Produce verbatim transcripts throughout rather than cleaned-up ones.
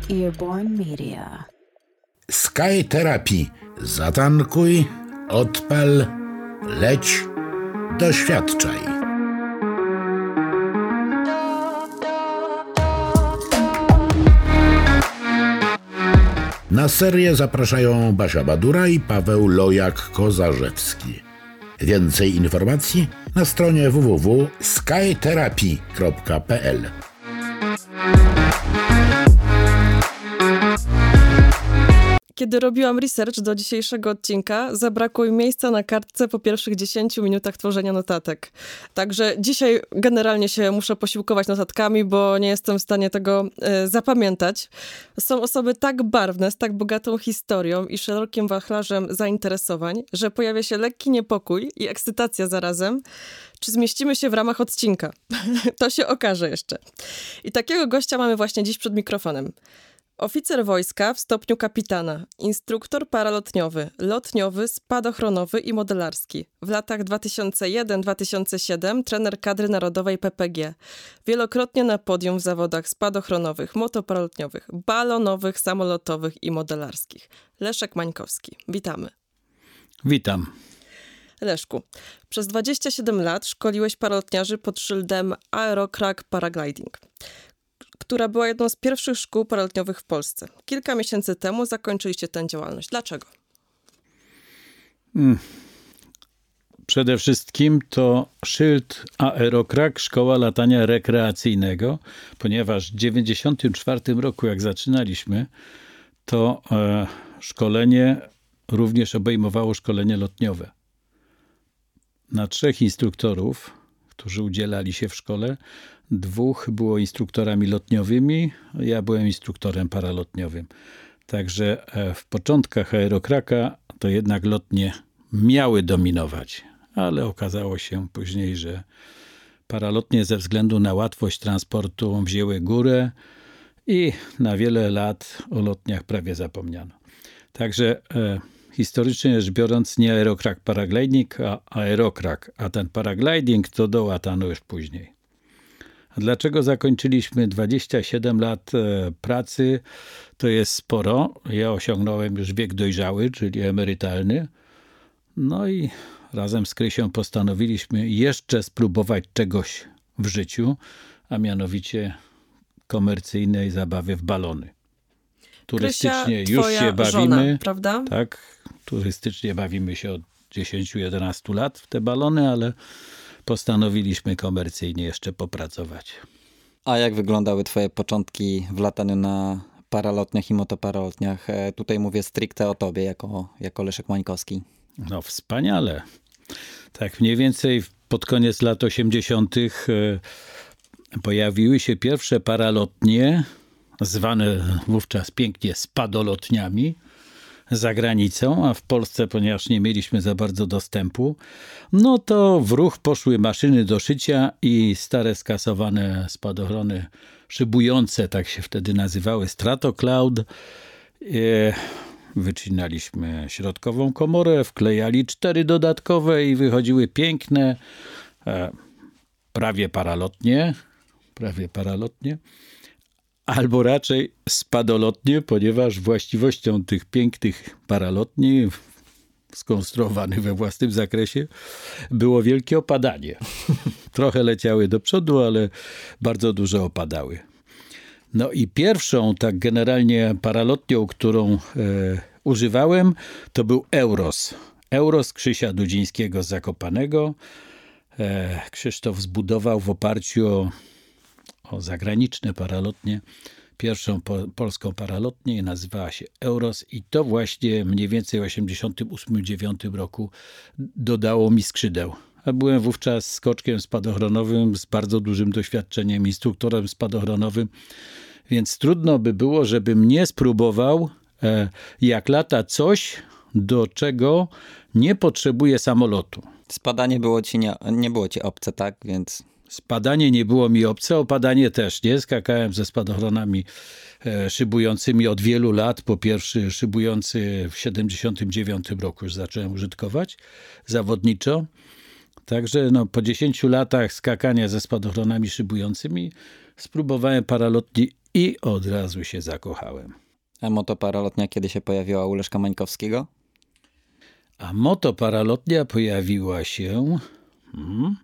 Earborn Media. Sky Therapy. Zatankuj, odpal, leć, doświadczaj. Na serię zapraszają Basia Badura i Paweł Lojak-Kozarzewski. Więcej informacji na stronie w w w kropka sky therapy kropka p l. Kiedy robiłam research do dzisiejszego odcinka, zabrakło mi miejsca na kartce po pierwszych dziesięciu minutach tworzenia notatek. Także dzisiaj generalnie się muszę posiłkować notatkami, bo nie jestem w stanie tego e, zapamiętać. Są osoby tak barwne, z tak bogatą historią i szerokim wachlarzem zainteresowań, że pojawia się lekki niepokój i ekscytacja zarazem. Czy zmieścimy się w ramach odcinka? To się okaże jeszcze. I takiego gościa mamy właśnie dziś przed mikrofonem. Oficer wojska w stopniu kapitana, instruktor paralotniowy, lotniowy, spadochronowy i modelarski. W latach dwa tysiące jeden do dwa tysiące siedem trener kadry narodowej P P G. Wielokrotnie na podium w zawodach spadochronowych, motoparalotniowych, balonowych, samolotowych i modelarskich. Leszek Mańkowski. Witamy. Witam. Leszku, przez dwadzieścia siedem lat szkoliłeś paralotniarzy pod szyldem Aerocrack Paragliding, która była jedną z pierwszych szkół paralotniowych w Polsce. Kilka miesięcy temu zakończyliście tę działalność. Dlaczego? Hmm. Przede wszystkim to szyld Aerocrack, szkoła latania rekreacyjnego, ponieważ w dziewięćdziesiątym czwartym roku, jak zaczynaliśmy, to e, szkolenie również obejmowało szkolenie lotniowe. Na trzech instruktorów, którzy udzielali się w szkole, dwóch było instruktorami lotniowymi, ja byłem instruktorem paralotniowym. Także w początkach Aerocracka to jednak lotnie miały dominować, ale okazało się później, że paralotnie ze względu na łatwość transportu wzięły górę i na wiele lat o lotniach prawie zapomniano. Także e, historycznie rzecz biorąc nie Aerocrack Paragliding, a Aerocrack, a ten paragliding to dołatano już później. A dlaczego zakończyliśmy dwadzieścia siedem lat e, pracy? To jest sporo. Ja osiągnąłem już wiek dojrzały, czyli emerytalny. No i razem z Krysią postanowiliśmy jeszcze spróbować czegoś w życiu, a mianowicie komercyjnej zabawy w balony. Turystycznie Krysia, już się bawimy, żona, prawda? Tak, turystycznie bawimy się od dziesięciu do jedenastu lat w te balony, ale postanowiliśmy komercyjnie jeszcze popracować. A jak wyglądały twoje początki w lataniu na paralotniach i motoparalotniach? Tutaj mówię stricte o tobie, jako, jako Leszek Mańkowski. No wspaniale. Tak mniej więcej pod koniec lat osiemdziesiątych pojawiły się pierwsze paralotnie, zwane wówczas pięknie spadolotniami, za granicą, a w Polsce, ponieważ nie mieliśmy za bardzo dostępu, no to w ruch poszły maszyny do szycia i stare skasowane spadochrony szybujące, tak się wtedy nazywały, Stratocloud. Wycinaliśmy środkową komorę, wklejali cztery dodatkowe i wychodziły piękne, prawie paralotnie, prawie paralotnie, albo raczej spadolotnie, ponieważ właściwością tych pięknych paralotni, skonstruowanych we własnym zakresie, było wielkie opadanie. Trochę leciały do przodu, ale bardzo dużo opadały. No i pierwszą tak generalnie paralotnią, którą e, używałem, to był Euros. Euros Krzysia Dudzińskiego z Zakopanego. E, Krzysztof zbudował w oparciu o o zagraniczne paralotnie, pierwszą po, polską paralotnię, nazywała się Euros i to właśnie mniej więcej w osiemdziesiątym ósmym dziewiątym roku dodało mi skrzydeł. A byłem wówczas skoczkiem spadochronowym z bardzo dużym doświadczeniem, instruktorem spadochronowym, więc trudno by było, żebym nie spróbował, e, jak lata coś, do czego nie potrzebuje samolotu. Spadanie było ci nie, nie było ci obce, tak? Więc... Spadanie nie było mi obce, opadanie też nie. Skakałem ze spadochronami e, szybującymi od wielu lat. Po pierwszy szybujący w siedemdziesiątym dziewiątym roku już zacząłem użytkować zawodniczo. Także no, po dziesięciu latach skakania ze spadochronami szybującymi spróbowałem paralotni i od razu się zakochałem. A motoparalotnia kiedy się pojawiła u Leszka Mańkowskiego? A motoparalotnia pojawiła się hmm,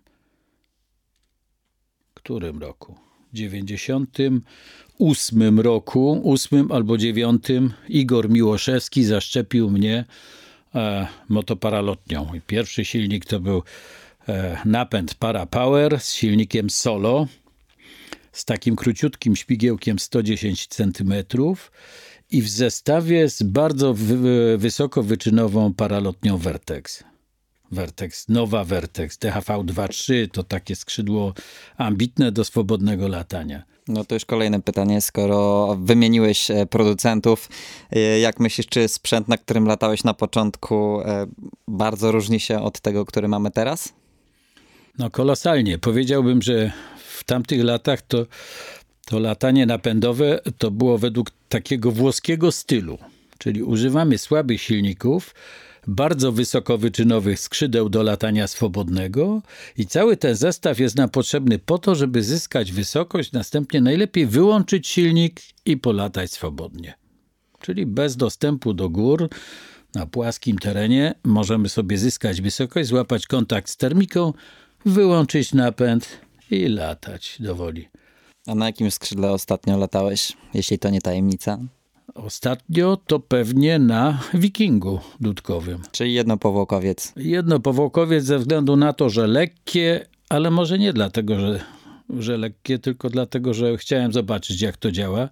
w którym roku? W dziewięćdziesiątym ósmym roku, ósmym albo dziewiątym, Igor Miłoszewski zaszczepił mnie e, motoparalotnią. I pierwszy silnik to był e, napęd Parapower z silnikiem Solo, z takim króciutkim śpigiełkiem sto dziesięć centymetrów i w zestawie z bardzo wy, wysoko wyczynową paralotnią Vertex. Vertex, nowa Vertex, D H V dwa trzy to takie skrzydło ambitne do swobodnego latania. No to już kolejne pytanie, skoro wymieniłeś producentów, jak myślisz, czy sprzęt, na którym latałeś na początku, bardzo różni się od tego, który mamy teraz? No kolosalnie. Powiedziałbym, że w tamtych latach to, to latanie napędowe to było według takiego włoskiego stylu, czyli używamy słabych silników, bardzo wysokowyczynowych skrzydeł do latania swobodnego i cały ten zestaw jest nam potrzebny po to, żeby zyskać wysokość, następnie najlepiej wyłączyć silnik i polatać swobodnie. Czyli bez dostępu do gór, na płaskim terenie możemy sobie zyskać wysokość, złapać kontakt z termiką, wyłączyć napęd i latać do woli. A na jakim skrzydle ostatnio latałeś, jeśli to nie tajemnica? Ostatnio to pewnie na Wikingu dudkowym. Czyli jednopowłokowiec. Jednopowłokowiec ze względu na to, że lekkie, ale może nie dlatego, że, że lekkie, tylko dlatego, że chciałem zobaczyć, jak to działa.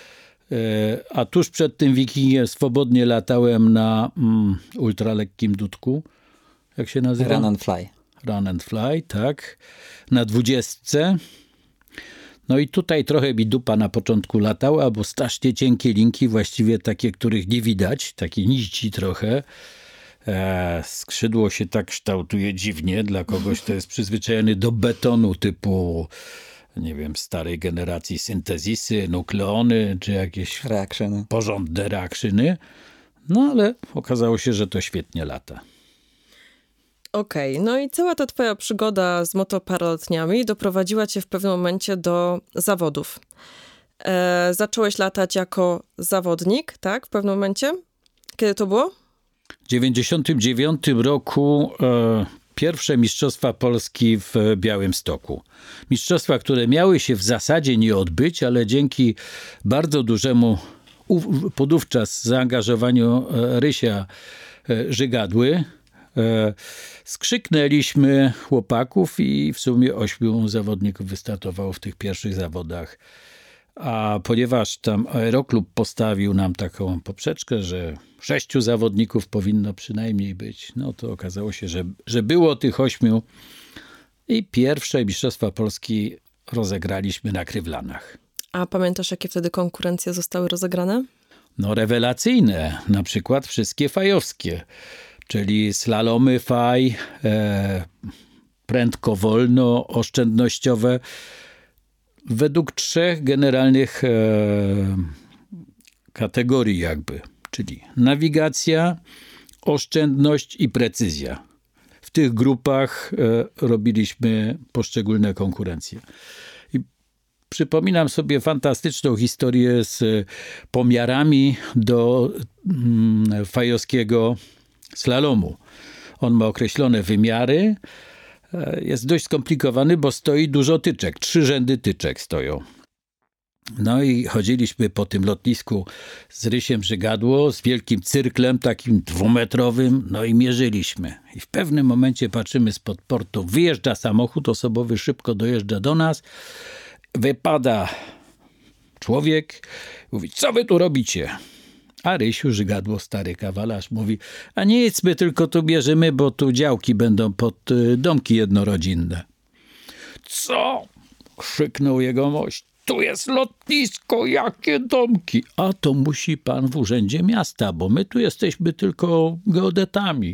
A tuż przed tym Wikingiem swobodnie latałem na mm, ultralekkim dudku. Jak się nazywa? Run and Fly. Run and Fly, tak. Na dwudziestce. No i tutaj trochę mi dupa na początku latała, bo strasznie cienkie linki, właściwie takie, których nie widać, takie nici trochę. E, skrzydło się tak kształtuje dziwnie dla kogoś, kto jest przyzwyczajony do betonu typu, nie wiem, starej generacji syntezisy, nukleony, czy jakieś reakcjony. Porządne reakcjony. No ale okazało się, że to świetnie lata. Okej, okay, no i cała ta twoja przygoda z motoparalotniami doprowadziła cię w pewnym momencie do zawodów. E, zacząłeś latać jako zawodnik, tak? W pewnym momencie? Kiedy to było? W dziewięćdziesiątym dziewiątym roku e, pierwsze Mistrzostwa Polski w Białymstoku. Mistrzostwa, które miały się w zasadzie nie odbyć, ale dzięki bardzo dużemu u, podówczas zaangażowaniu e, Rysia e, Żygadły, skrzyknęliśmy chłopaków i w sumie ośmiu zawodników wystartowało w tych pierwszych zawodach. A ponieważ tam Aeroklub postawił nam taką poprzeczkę, że sześciu zawodników powinno przynajmniej być, no to okazało się, że, że było tych ośmiu i pierwsze Mistrzostwa Polski rozegraliśmy na Krywlanach. A pamiętasz, jakie wtedy konkurencje zostały rozegrane? No rewelacyjne, na przykład wszystkie fajowskie. Czyli slalomy faj, e, prędko, wolno, oszczędnościowe. Według trzech generalnych e, kategorii jakby. Czyli nawigacja, oszczędność i precyzja. W tych grupach e, robiliśmy poszczególne konkurencje. I przypominam sobie fantastyczną historię z pomiarami do mm, fajowskiego slalomu. On ma określone wymiary. Jest dość skomplikowany, bo stoi dużo tyczek. Trzy rzędy tyczek stoją. No i chodziliśmy po tym lotnisku z Rysiem Żygadło, z wielkim cyrklem takim dwumetrowym, no i mierzyliśmy. I w pewnym momencie patrzymy spod portu, wyjeżdża samochód osobowy, szybko dojeżdża do nas, wypada człowiek, mówi, co wy tu robicie? A Rysiu Żygadło, stary kawalarz, mówi, a nic, my tylko tu bierzemy, bo tu działki będą pod y, domki jednorodzinne. Co? Krzyknął jegomość. Tu jest lotnisko, jakie domki? A to musi pan w urzędzie miasta, bo my tu jesteśmy tylko geodetami.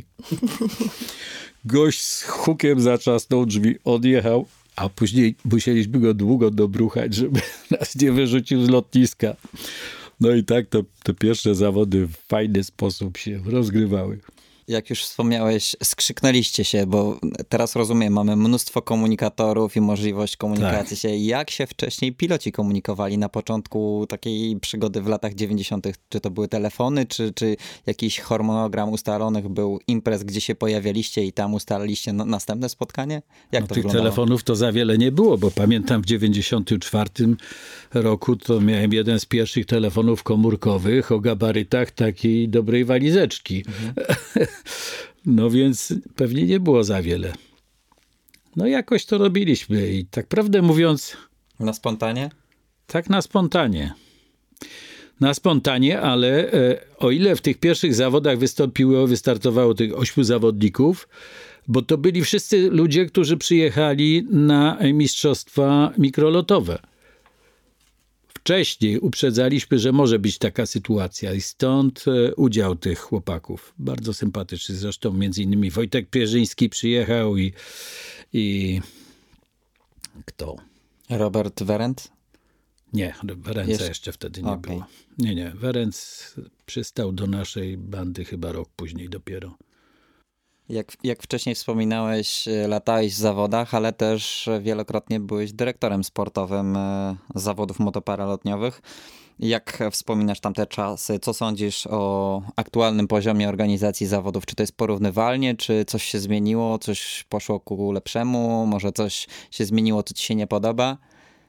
Gość z hukiem zatrzasnął drzwi, odjechał, a później musieliśmy go długo dobruchać, żeby nas nie wyrzucił z lotniska. No i tak to, te pierwsze zawody w fajny sposób się rozgrywały. Jak już wspomniałeś, skrzyknęliście się, bo teraz rozumiem, mamy mnóstwo komunikatorów i możliwość komunikacji Tak. się. Jak się wcześniej piloci komunikowali na początku takiej przygody w latach dziewięćdziesiątych? Czy to były telefony, czy, czy jakiś harmonogram ustalonych był imprez, gdzie się pojawialiście i tam ustaliliście no, następne spotkanie? Jak No, to tych wyglądało? telefonów to za wiele nie było, bo pamiętam w dziewięćdziesiątym czwartym roku to miałem jeden z pierwszych telefonów komórkowych o gabarytach takiej dobrej walizeczki. Mhm. No więc pewnie nie było za wiele. No jakoś to robiliśmy i tak prawdę mówiąc... Na spontanie? Tak na spontanie. Na spontanie, ale e, o ile w tych pierwszych zawodach wystąpiło, wystartowało tych ośmiu zawodników, bo to byli wszyscy ludzie, którzy przyjechali na mistrzostwa mikrolotowe. Wcześniej uprzedzaliśmy, że może być taka sytuacja i stąd e, udział tych chłopaków. Bardzo sympatyczny. Zresztą między innymi Wojtek Pierzyński przyjechał i, i kto? Robert Werenc? Nie, Werenca jeszcze, jeszcze wtedy nie okay. było. Nie, nie. Werenc przystał do naszej bandy chyba rok później dopiero. Jak, jak wcześniej wspominałeś, latałeś w zawodach, ale też wielokrotnie byłeś dyrektorem sportowym zawodów motoparalotniowych. Jak wspominasz tamte czasy? Co sądzisz o aktualnym poziomie organizacji zawodów? Czy to jest porównywalnie? Czy coś się zmieniło? Coś poszło ku lepszemu? Może coś się zmieniło, co ci się nie podoba?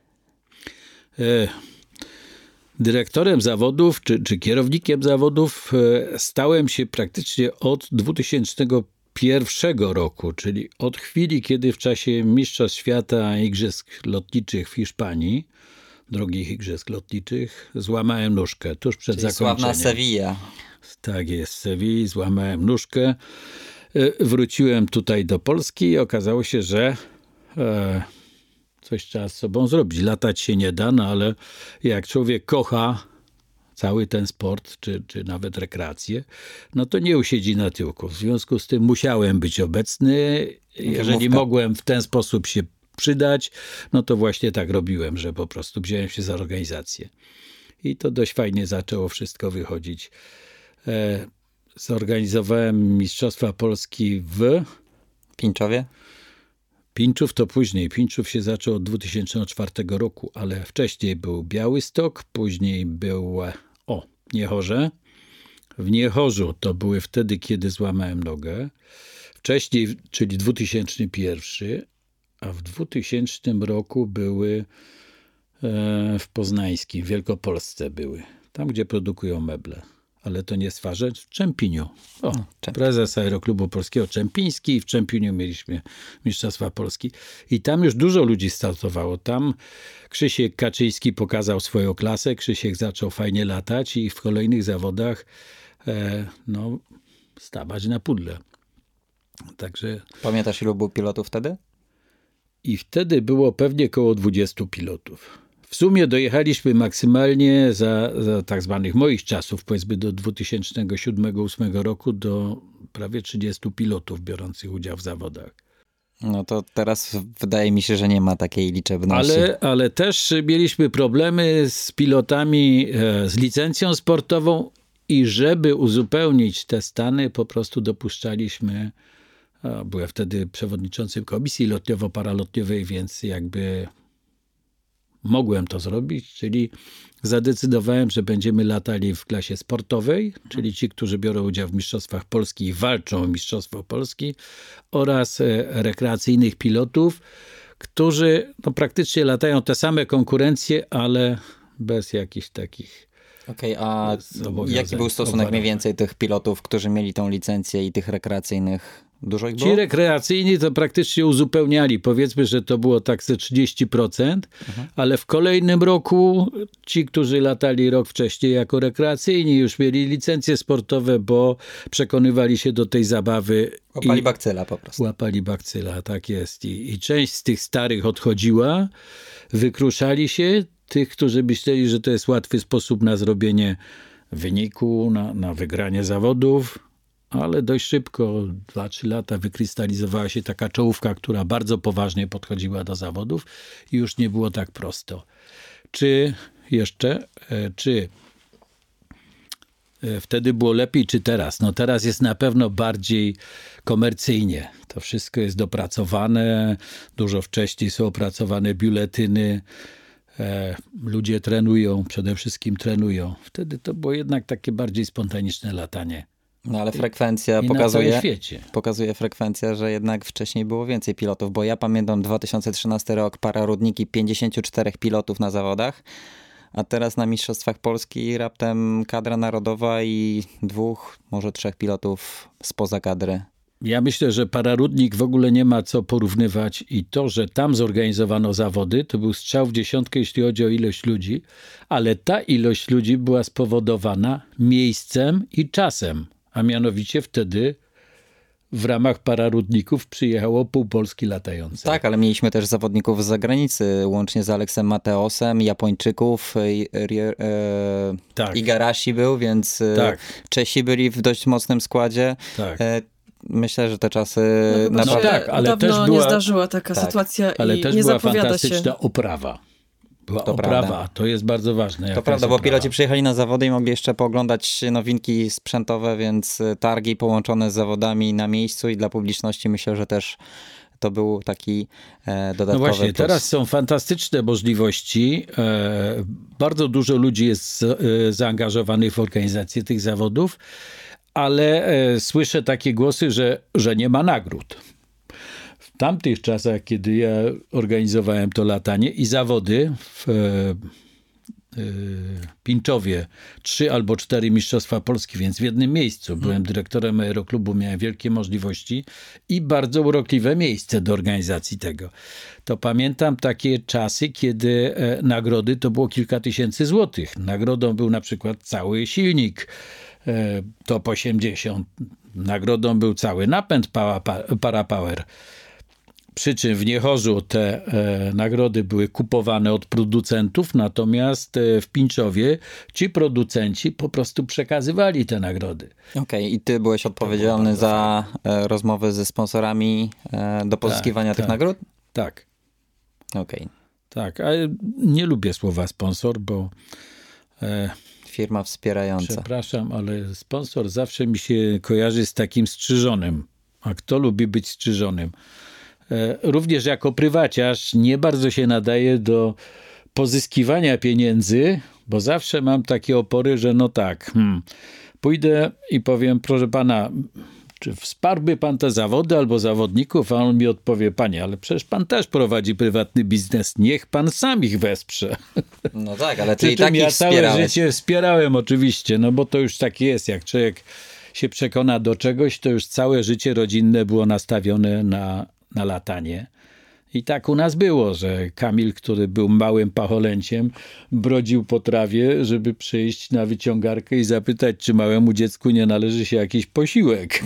E, dyrektorem zawodów, czy, czy kierownikiem zawodów e, stałem się praktycznie od dwutysięcznego pierwszego roku, czyli od chwili, kiedy w czasie Mistrzostw Świata Igrzysk Lotniczych w Hiszpanii, drogich Igrzysk Lotniczych, złamałem nóżkę tuż przed czyli zakończeniem. Sławna Sevilla. Tak jest, w Sewilli, złamałem nóżkę. E, wróciłem tutaj do Polski i okazało się, że e, coś trzeba z sobą zrobić. Latać się nie da, no ale jak człowiek kocha cały ten sport, czy, czy nawet rekreację, no to nie usiedzi na tyłku. W związku z tym musiałem być obecny. Jeżeli Wymówka. mogłem w ten sposób się przydać, no to właśnie tak robiłem, że po prostu wziąłem się za organizację. I to dość fajnie zaczęło wszystko wychodzić. E, zorganizowałem Mistrzostwa Polski w Pińczowie? Pińczów to później. Pińczów się zaczął od dwa tysiące czwartego roku, ale wcześniej był Białystok, później był o, Niechorze. W Niechorzu to były wtedy, kiedy złamałem nogę. Wcześniej, czyli dwa tysiące pierwszy, a w dwutysięcznym roku były e, w Poznańskim, w Wielkopolsce były. Tam, gdzie produkują meble. Ale to nie Swarze, w Czempiniu. O, no, prezes Aeroklubu Polskiego Czempiński i w Czempiniu mieliśmy Mistrzostwa Polski. I tam już dużo ludzi startowało. Tam Krzysiek Kaczyński pokazał swoją klasę, Krzysiek zaczął fajnie latać i w kolejnych zawodach e, no, stawać na pudle. Także... Pamiętasz, ilu było pilotów wtedy? I wtedy było pewnie koło dwudziestu pilotów. W sumie dojechaliśmy maksymalnie za, za tak zwanych moich czasów, powiedzmy do dwa tysiące siódmego do dwa tysiące ósmego roku, do prawie trzydziestu pilotów biorących udział w zawodach. No to teraz wydaje mi się, że nie ma takiej liczebności. Ale, ale też mieliśmy problemy z pilotami, z licencją sportową i żeby uzupełnić te stany, po prostu dopuszczaliśmy, byłem wtedy przewodniczącym Komisji Lotniowo-Paralotniowej, więc jakby... mogłem to zrobić, czyli zadecydowałem, że będziemy latali w klasie sportowej, czyli ci, którzy biorą udział w Mistrzostwach Polski i walczą o Mistrzostwo Polski, oraz rekreacyjnych pilotów, którzy no, praktycznie latają te same konkurencje, ale bez jakichś takich... Okej, okay, a jaki był stosunek mniej więcej tych pilotów, którzy mieli tą licencję i tych rekreacyjnych? Dużo ich było? Ci rekreacyjni to praktycznie uzupełniali. Powiedzmy, że to było tak ze trzydzieści procent, mhm. ale w kolejnym roku ci, którzy latali rok wcześniej jako rekreacyjni, już mieli licencje sportowe, bo przekonywali się do tej zabawy. Łapali bakcyla po prostu. Łapali bakcyla, tak jest. I, I część z tych starych odchodziła, wykruszali się. Tych, którzy myśleli, że to jest łatwy sposób na zrobienie wyniku, na, na wygranie zawodów. Ale dość szybko, dwa trzy lata, wykrystalizowała się taka czołówka, która bardzo poważnie podchodziła do zawodów i już nie było tak prosto. Czy jeszcze, czy Wtedy było lepiej czy teraz? No teraz jest na pewno bardziej komercyjnie. To wszystko jest dopracowane, dużo wcześniej są opracowane biuletyny, e, ludzie trenują, przede wszystkim trenują. Wtedy to było jednak takie bardziej spontaniczne latanie. No ale frekwencja I pokazuje, na całym świecie. pokazuje frekwencja, że jednak wcześniej było więcej pilotów, bo ja pamiętam dwa tysiące trzynasty rok, Pararódniki, pięćdziesięciu czterech pilotów na zawodach, a teraz na Mistrzostwach Polski raptem kadra narodowa i dwóch, może trzech pilotów spoza kadry. Ja myślę, że Pararódnik w ogóle nie ma co porównywać i to, że tam zorganizowano zawody, to był strzał w dziesiątkę, jeśli chodzi o ilość ludzi, ale ta ilość ludzi była spowodowana miejscem i czasem, a mianowicie wtedy w ramach Pararódników przyjechało pół Polski latające. Tak, ale mieliśmy też zawodników z zagranicy, łącznie z Aleksem Mateosem, Japończyków, e, e, Tak. Igarashi był, więc Tak. Czesi byli w dość mocnym składzie. Tak. E, Myślę, że te czasy No, chyba naprawdę... się tak, ale dawno też nie była- zdarzyła taka Tak. sytuacja Ale i też nie była zapowiada fantastyczna się. oprawa. Była To oprawa, prawda. to jest bardzo ważne. To jaka prawda, jest bo oprawa. piloci przyjechali na zawody i mogli jeszcze pooglądać nowinki sprzętowe, więc targi połączone z zawodami na miejscu i dla publiczności myślę, że też to był taki e, dodatkowy No właśnie, plus. teraz są fantastyczne możliwości. E, bardzo dużo ludzi jest e, zaangażowanych w organizację tych zawodów, ale e, słyszę takie głosy, że, że nie ma nagród. W tamtych czasach, kiedy ja organizowałem to latanie i zawody w e, e, Pińczowie, trzy albo cztery mistrzostwa Polski, więc w jednym miejscu. Byłem dyrektorem aeroklubu, miałem wielkie możliwości i bardzo urokliwe miejsce do organizacji tego. To pamiętam takie czasy, kiedy e, nagrody to było kilka tysięcy złotych. Nagrodą był na przykład cały silnik e, Top osiemdziesiąt. Nagrodą był cały napęd Para, para Power. Przy czym w Niechorzu te e, nagrody były kupowane od producentów, natomiast e, w Pińczowie ci producenci po prostu przekazywali te nagrody. Okej, i ty byłeś odpowiedzialny za e, rozmowy ze sponsorami e, do pozyskiwania tych tak. nagród? Tak, Okej. tak. Ale nie lubię słowa sponsor, bo e, Firma wspierająca. przepraszam, ale sponsor zawsze mi się kojarzy z takim strzyżonym. A kto lubi być strzyżonym? E, również jako prywaciarz nie bardzo się nadaje do pozyskiwania pieniędzy, bo zawsze mam takie opory, że no tak, hmm, pójdę i powiem, proszę pana, czy wsparłby pan te zawody albo zawodników, a on mi odpowie, panie, ale przecież pan też prowadzi prywatny biznes, niech pan sam ich wesprze. No tak, ale ty Przy i tak czym ja ich całe wspierałeś. życie wspierałem oczywiście, no bo to już tak jest, jak człowiek się przekona do czegoś, to już całe życie rodzinne było nastawione na, na latanie. I tak u nas było, że Kamil, który był małym pacholęciem, brodził po trawie, żeby przyjść na wyciągarkę i zapytać, czy małemu dziecku nie należy się jakiś posiłek.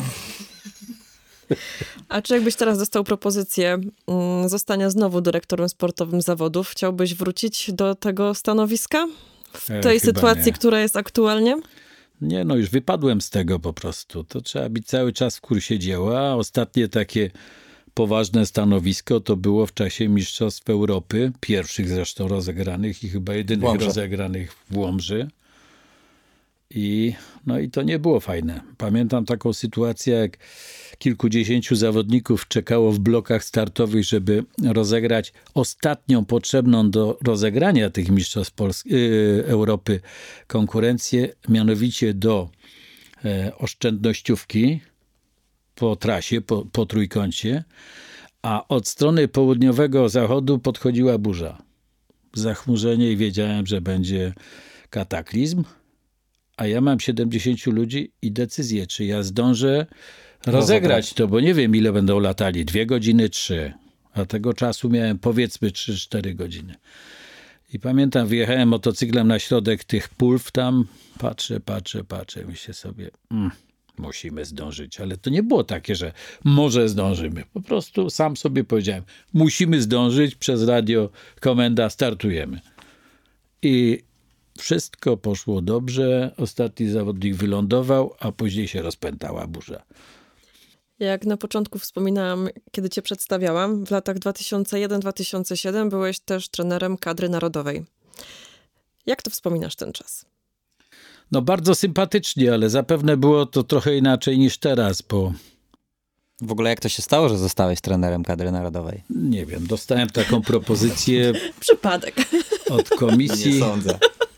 A czy jakbyś teraz dostał propozycję mm, zostania znowu dyrektorem sportowym zawodów, chciałbyś wrócić do tego stanowiska? W E, tej chyba sytuacji, nie. która jest aktualnie? Nie, no już wypadłem z tego po prostu. To trzeba być cały czas w kursie dzieła. A ostatnie takie poważne stanowisko to było w czasie Mistrzostw Europy, pierwszych zresztą rozegranych i chyba jedynych Łomży. rozegranych w Łomży. I, no i to nie było fajne. Pamiętam taką sytuację, jak kilkudziesięciu zawodników czekało w blokach startowych, żeby rozegrać ostatnią potrzebną do rozegrania tych Mistrzostw Polski, yy, Europy konkurencję, mianowicie do e, oszczędnościówki po trasie, po, po trójkącie, a od strony południowego zachodu podchodziła burza. Zachmurzenie i wiedziałem, że będzie kataklizm, a ja mam siedemdziesięciu ludzi i decyzję, czy ja zdążę rozegrać to, bo nie wiem, ile będą latali. Dwie godziny, trzy. A tego czasu miałem powiedzmy trzy cztery godziny. I pamiętam, wyjechałem motocyklem na środek tych pulw tam, patrzę, patrzę, patrzę, myślę sobie, mm, musimy zdążyć. Ale to nie było takie, że może zdążymy. Po prostu sam sobie powiedziałem, musimy zdążyć, przez radio komenda, startujemy. I wszystko poszło dobrze, ostatni zawodnik wylądował, a później się rozpętała burza. Jak na początku wspominałam, kiedy cię przedstawiałam, w latach dwa tysiące jeden do dwa tysiące siedem byłeś też trenerem kadry narodowej. Jak to wspominasz ten czas? No bardzo sympatycznie, ale zapewne było to trochę inaczej niż teraz, bo W ogóle jak to się stało, że zostałeś trenerem kadry narodowej? nie wiem, dostałem taką propozycję Przypadek. od komisji, Nie sądzę.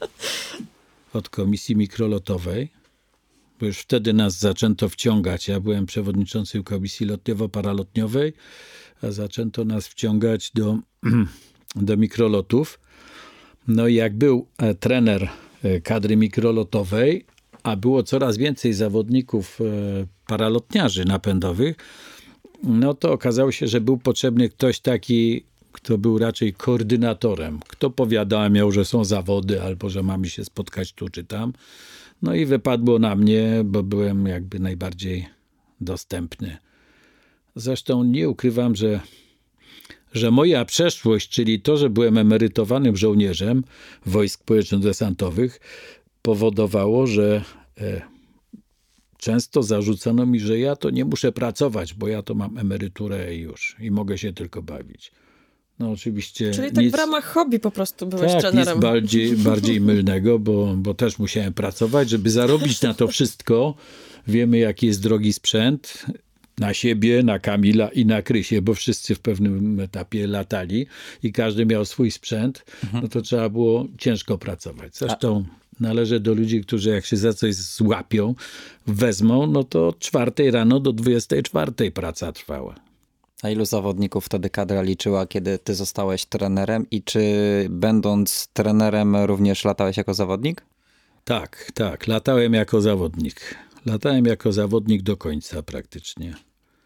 od komisji mikrolotowej, bo już wtedy nas zaczęto wciągać. Ja byłem przewodniczącym komisji lotniowo-paralotniowej, a zaczęto nas wciągać do, do mikrolotów. No i jak był e, trener e, kadry mikrolotowej, a było coraz więcej zawodników e, paralotniarzy napędowych, no to okazało się, że był potrzebny ktoś taki, kto był raczej koordynatorem, kto powiadamiał, że są zawody albo że mamy się spotkać tu czy tam. No i wypadło na mnie, bo byłem jakby najbardziej dostępny. Zresztą nie ukrywam, że, że moja przeszłość, czyli to, że byłem emerytowanym żołnierzem wojsk społeczno-desantowych, powodowało, że e, często zarzucano mi, że ja to nie muszę pracować, bo ja to mam emeryturę i już. I mogę się tylko bawić. No oczywiście Czyli tak nic, w ramach hobby po prostu byłeś tak, trenerem. nic bardziej, bardziej mylnego, bo, bo też musiałem pracować, żeby zarobić na to wszystko. Wiemy, jaki jest drogi sprzęt. Na siebie, na Kamila i na Krysię, bo wszyscy w pewnym etapie latali i każdy miał swój sprzęt, no to trzeba było ciężko pracować. Zresztą należę do ludzi, którzy jak się za coś złapią, wezmą, no to od czwartej rano do dwudziestej czwartej praca trwała. A ilu zawodników wtedy kadra liczyła, kiedy ty zostałeś trenerem i czy będąc trenerem również latałeś jako zawodnik? Tak, tak, latałem jako zawodnik. Latałem jako zawodnik do końca praktycznie.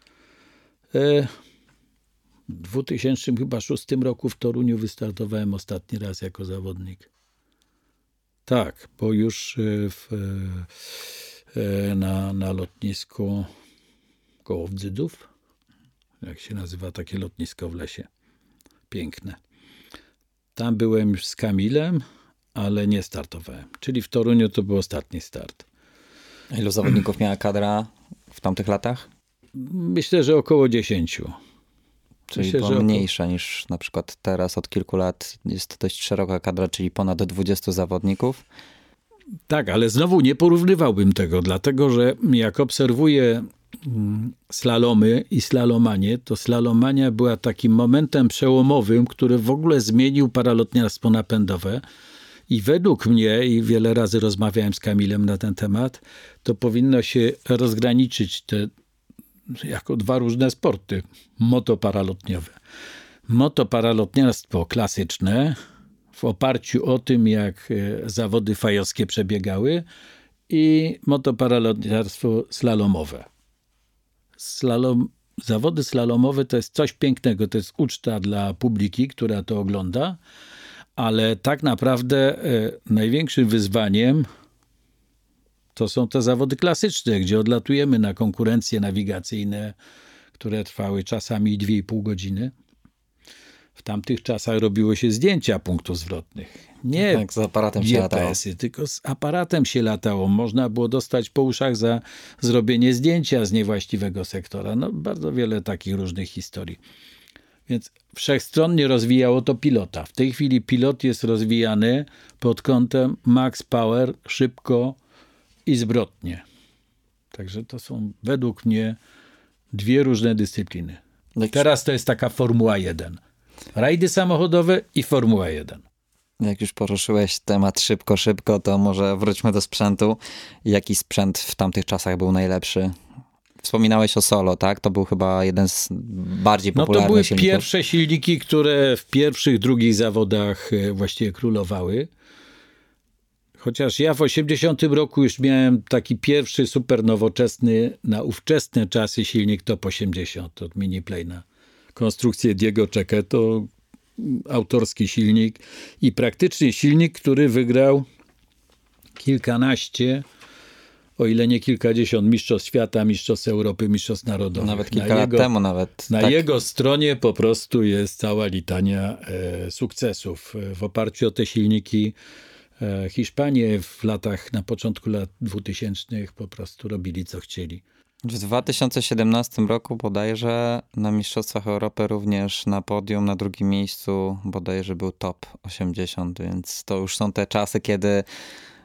E, w dwutysięcznym szóstym roku w Toruniu wystartowałem ostatni raz jako zawodnik. Tak, bo już w, e, na, na lotnisku koło Wdzydów, jak się nazywa takie lotnisko w lesie, piękne. Tam byłem już z Kamilem, ale nie startowałem. Czyli w Toruniu to był ostatni start. Ilu zawodników miała kadra w tamtych latach? Myślę, że około dziesięciu. Czyli Myślę, była że mniejsza niż na przykład teraz od kilku lat. Jest dość szeroka kadra, czyli ponad dwudziestu zawodników. Tak, ale znowu nie porównywałbym tego, dlatego że jak obserwuję slalomy i slalomanie, to slalomania była takim momentem przełomowym, który w ogóle zmienił paralotniarstwo napędowe. I według mnie, i wiele razy rozmawiałem z Kamilem na ten temat, to powinno się rozgraniczyć te jako dwa różne sporty motoparalotniowe. Motoparalotniarstwo klasyczne w oparciu o tym, jak zawody fajowskie przebiegały i motoparalotniarstwo slalomowe. Slalom, zawody slalomowe to jest coś pięknego, to jest uczta dla publiki, która to ogląda, ale tak naprawdę e, największym wyzwaniem to są te zawody klasyczne, gdzie odlatujemy na konkurencje nawigacyjne, które trwały czasami dwie i pół godziny. W tamtych czasach robiło się zdjęcia punktów zwrotnych. Nie tak, z aparatem się latało. G P S-y, tylko z aparatem się latało. Można było dostać po uszach za zrobienie zdjęcia z niewłaściwego sektora. No, bardzo wiele takich różnych historii. Więc wszechstronnie rozwijało to pilota. W tej chwili pilot jest rozwijany pod kątem max power, szybko i zwrotnie. Także to są według mnie dwie różne dyscypliny. Teraz to jest taka Formuła jeden. Rajdy samochodowe i Formuła jeden. Jak już poruszyłeś temat szybko, szybko, to może wróćmy do sprzętu. Jaki sprzęt w tamtych czasach był najlepszy? Wspominałeś o Solo, tak? To był chyba jeden z bardziej popularnych No to były silników. pierwsze silniki, które w pierwszych, drugich zawodach właściwie królowały. Chociaż ja w osiemdziesiątym roku już miałem taki pierwszy super nowoczesny, na ówczesne czasy silnik Top osiemdziesiąt od Miniplane'a. Konstrukcję Diego Cecchetto, autorski silnik i praktycznie silnik, który wygrał kilkanaście, o ile nie kilkadziesiąt mistrzostw świata, mistrzostw Europy, mistrzostw narodowych. Nawet kilka na lat jego, temu nawet. Na tak. jego stronie po prostu jest cała litania e, sukcesów. W oparciu o te silniki e, Hiszpanie w latach, na początku lat dwutysięcznych po prostu robili co chcieli. W dwa tysiące siedemnastym roku bodajże na Mistrzostwach Europy również na podium, na drugim miejscu bodajże był Top osiemdziesiąt, więc to już są te czasy, kiedy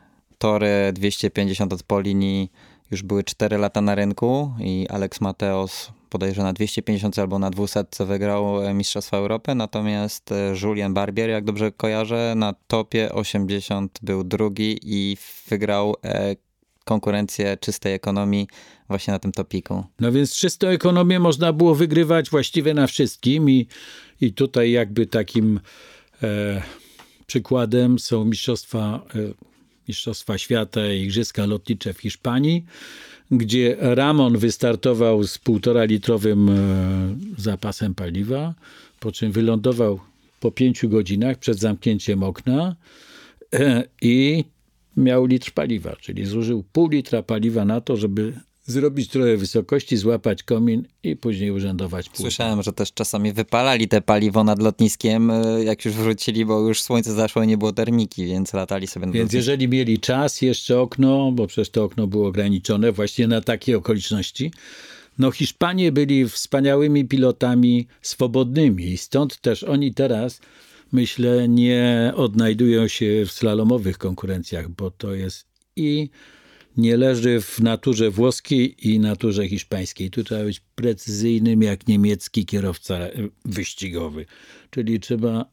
tory dwieście pięćdziesiąt od Polini już były cztery lata na rynku i Alex Mateos bodajże na dwieście pięćdziesiąt albo na dwieście wygrał Mistrzostwa Europy, natomiast Julien Barbier, jak dobrze kojarzę, na topie osiemdziesiąt był drugi i wygrał konkurencję czystej ekonomii właśnie na tym topiku. No więc czystą ekonomię można było wygrywać właściwie na wszystkim i, i tutaj jakby takim e, przykładem są mistrzostwa, e, mistrzostwa świata i igrzyska lotnicze w Hiszpanii, gdzie Ramon wystartował z półtora litrowym e, zapasem paliwa, po czym wylądował po pięciu godzinach przed zamknięciem okna e, i miał litr paliwa, czyli zużył pół litra paliwa na to, żeby zrobić trochę wysokości, złapać komin i później urzędować płótno. Słyszałem, że też czasami wypalali te paliwo nad lotniskiem, jak już wrócili, bo już słońce zaszło i nie było termiki, więc latali sobie nad Więc lotniskiem. jeżeli mieli czas, jeszcze okno, bo przecież to okno było ograniczone właśnie na takie okoliczności, no Hiszpanie byli wspaniałymi pilotami swobodnymi i stąd też oni teraz, myślę, nie odnajdują się w slalomowych konkurencjach, bo to jest i nie leży w naturze włoskiej i naturze hiszpańskiej. Tu trzeba być precyzyjnym jak niemiecki kierowca wyścigowy. Czyli trzeba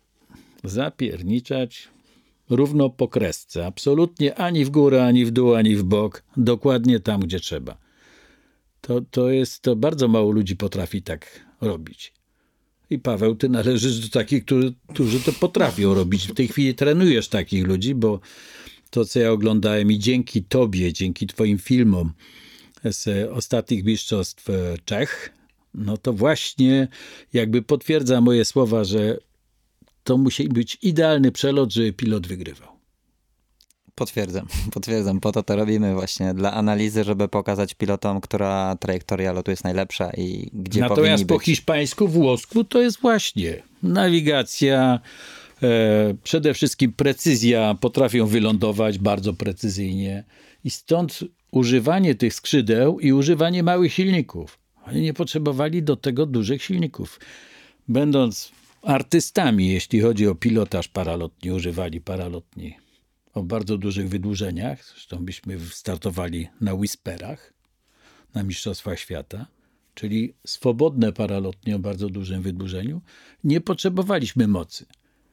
zapierniczać równo po kresce. Absolutnie ani w górę, ani w dół, ani w bok. Dokładnie tam, gdzie trzeba. To, to jest, to bardzo mało ludzi potrafi tak robić. I Paweł, ty należysz do takich, którzy, którzy to potrafią robić. W tej chwili trenujesz takich ludzi, bo to, co ja oglądałem i dzięki tobie, dzięki twoim filmom z ostatnich mistrzostw Czech, no to właśnie jakby potwierdza moje słowa, że to musi być idealny przelot, żeby pilot wygrywał. Potwierdzam, potwierdzam. Po to to robimy właśnie dla analizy, żeby pokazać pilotom, która trajektoria lotu jest najlepsza i gdzie Natomiast powinni po być. hiszpańsku, włosku to jest właśnie nawigacja, e, przede wszystkim precyzja, potrafią wylądować bardzo precyzyjnie i stąd używanie tych skrzydeł i używanie małych silników. Oni nie potrzebowali do tego dużych silników. Będąc artystami, jeśli chodzi o pilotaż paralotni, używali paralotni o bardzo dużych wydłużeniach. Zresztą byśmy startowali na Whisperach, na Mistrzostwach Świata, czyli swobodne paralotnie o bardzo dużym wydłużeniu. Nie potrzebowaliśmy mocy.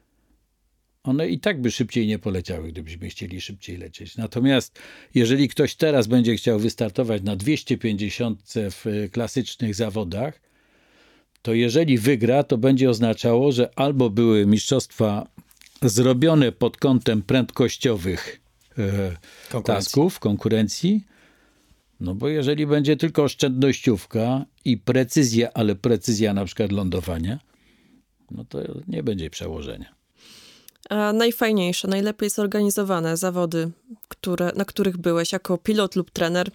One i tak by szybciej nie poleciały, gdybyśmy chcieli szybciej lecieć. Natomiast jeżeli ktoś teraz będzie chciał wystartować na dwieście pięćdziesiąt w klasycznych zawodach, to jeżeli wygra, to będzie oznaczało, że albo były mistrzostwa zrobione pod kątem prędkościowych e, Konkurencji. tasków, konkurencji, no bo jeżeli będzie tylko oszczędnościówka i precyzja, ale precyzja na przykład lądowania, no to nie będzie przełożenia. A najfajniejsze, najlepiej zorganizowane zawody, które, na których byłeś jako pilot lub trener?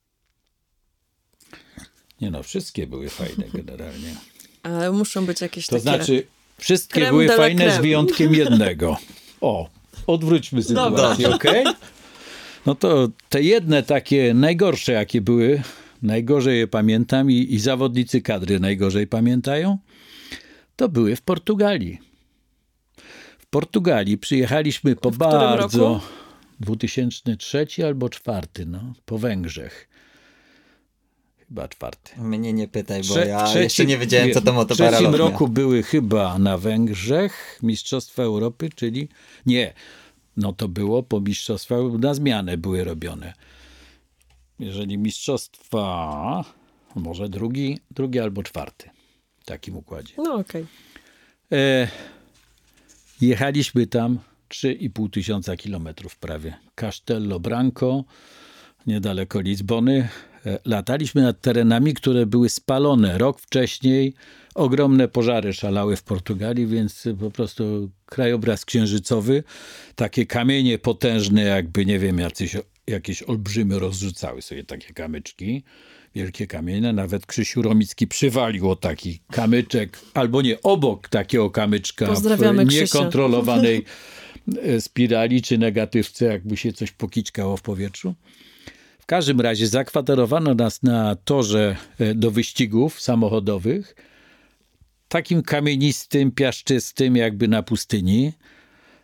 Nie no, wszystkie były fajne generalnie. Ale muszą być jakieś To takie... znaczy, wszystkie Creme były de la fajne creme. z wyjątkiem jednego. O, odwróćmy sytuację, okej? Okay? No to te jedne takie najgorsze, jakie były, najgorzej je pamiętam i, i zawodnicy kadry najgorzej pamiętają, to były w Portugalii. W Portugalii przyjechaliśmy po W którym bardzo... roku? dwa tysiące trzeci albo czwarty, no, po Węgrzech. Chyba czwarty. Mnie nie pytaj, bo Trze- ja trzecim- jeszcze nie wiedziałem, co to W motoparalotnia. trzecim roku były chyba na Węgrzech Mistrzostwa Europy, czyli nie, no to było po mistrzostwach na zmianę były robione. Jeżeli mistrzostwa, może drugi, drugi albo czwarty w takim układzie. No okej. E, jechaliśmy tam trzy i pół tysiąca kilometrów prawie. Castello Branco, niedaleko Lizbony. E, lataliśmy nad terenami, które były spalone. Rok wcześniej ogromne pożary szalały w Portugalii, więc po prostu krajobraz księżycowy. Takie kamienie potężne, jakby, nie wiem, jacyś, jakieś olbrzymy rozrzucały sobie takie kamyczki. Wielkie kamienie. Nawet Krzysiu Romicki przywalił o taki kamyczek, albo nie, obok takiego kamyczka Pozdrawiamy w Krzysia. niekontrolowanej spirali czy negatywce, jakby się coś pokiczkało w powietrzu. W każdym razie zakwaterowano nas na torze do wyścigów samochodowych, takim kamienistym, piaszczystym, jakby na pustyni.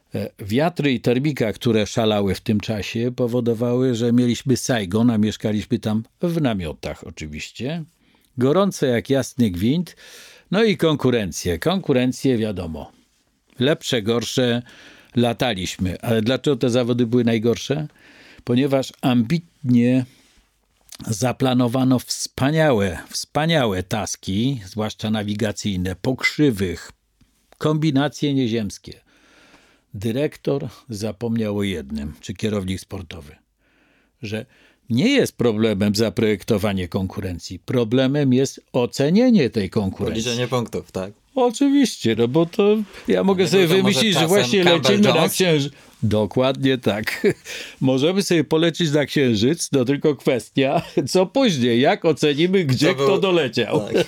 Wiatry i termika, które szalały w tym czasie, powodowały, że mieliśmy Saigon, a mieszkaliśmy tam w namiotach oczywiście. Gorące jak jasny gwint. No i konkurencje. Konkurencje wiadomo. Lepsze, gorsze lataliśmy. Ale dlaczego te zawody były najgorsze? Ponieważ ambitnie zaplanowano wspaniałe, wspaniałe taski, zwłaszcza nawigacyjne, pokrzywych, kombinacje nieziemskie. Dyrektor zapomniał o jednym, czy kierownik sportowy, że nie jest problemem zaprojektowanie konkurencji. Problemem jest ocenienie tej konkurencji. Policzenie punktów, tak? Oczywiście, no bo to ja mogę Nie sobie był to wymyślić, może że właśnie czasem lecimy Campbell na Jones? Księżyc. Dokładnie tak. Możemy sobie polecieć na Księżyc, no tylko kwestia, co później, jak ocenimy, gdzie To kto był- doleciał. Tak.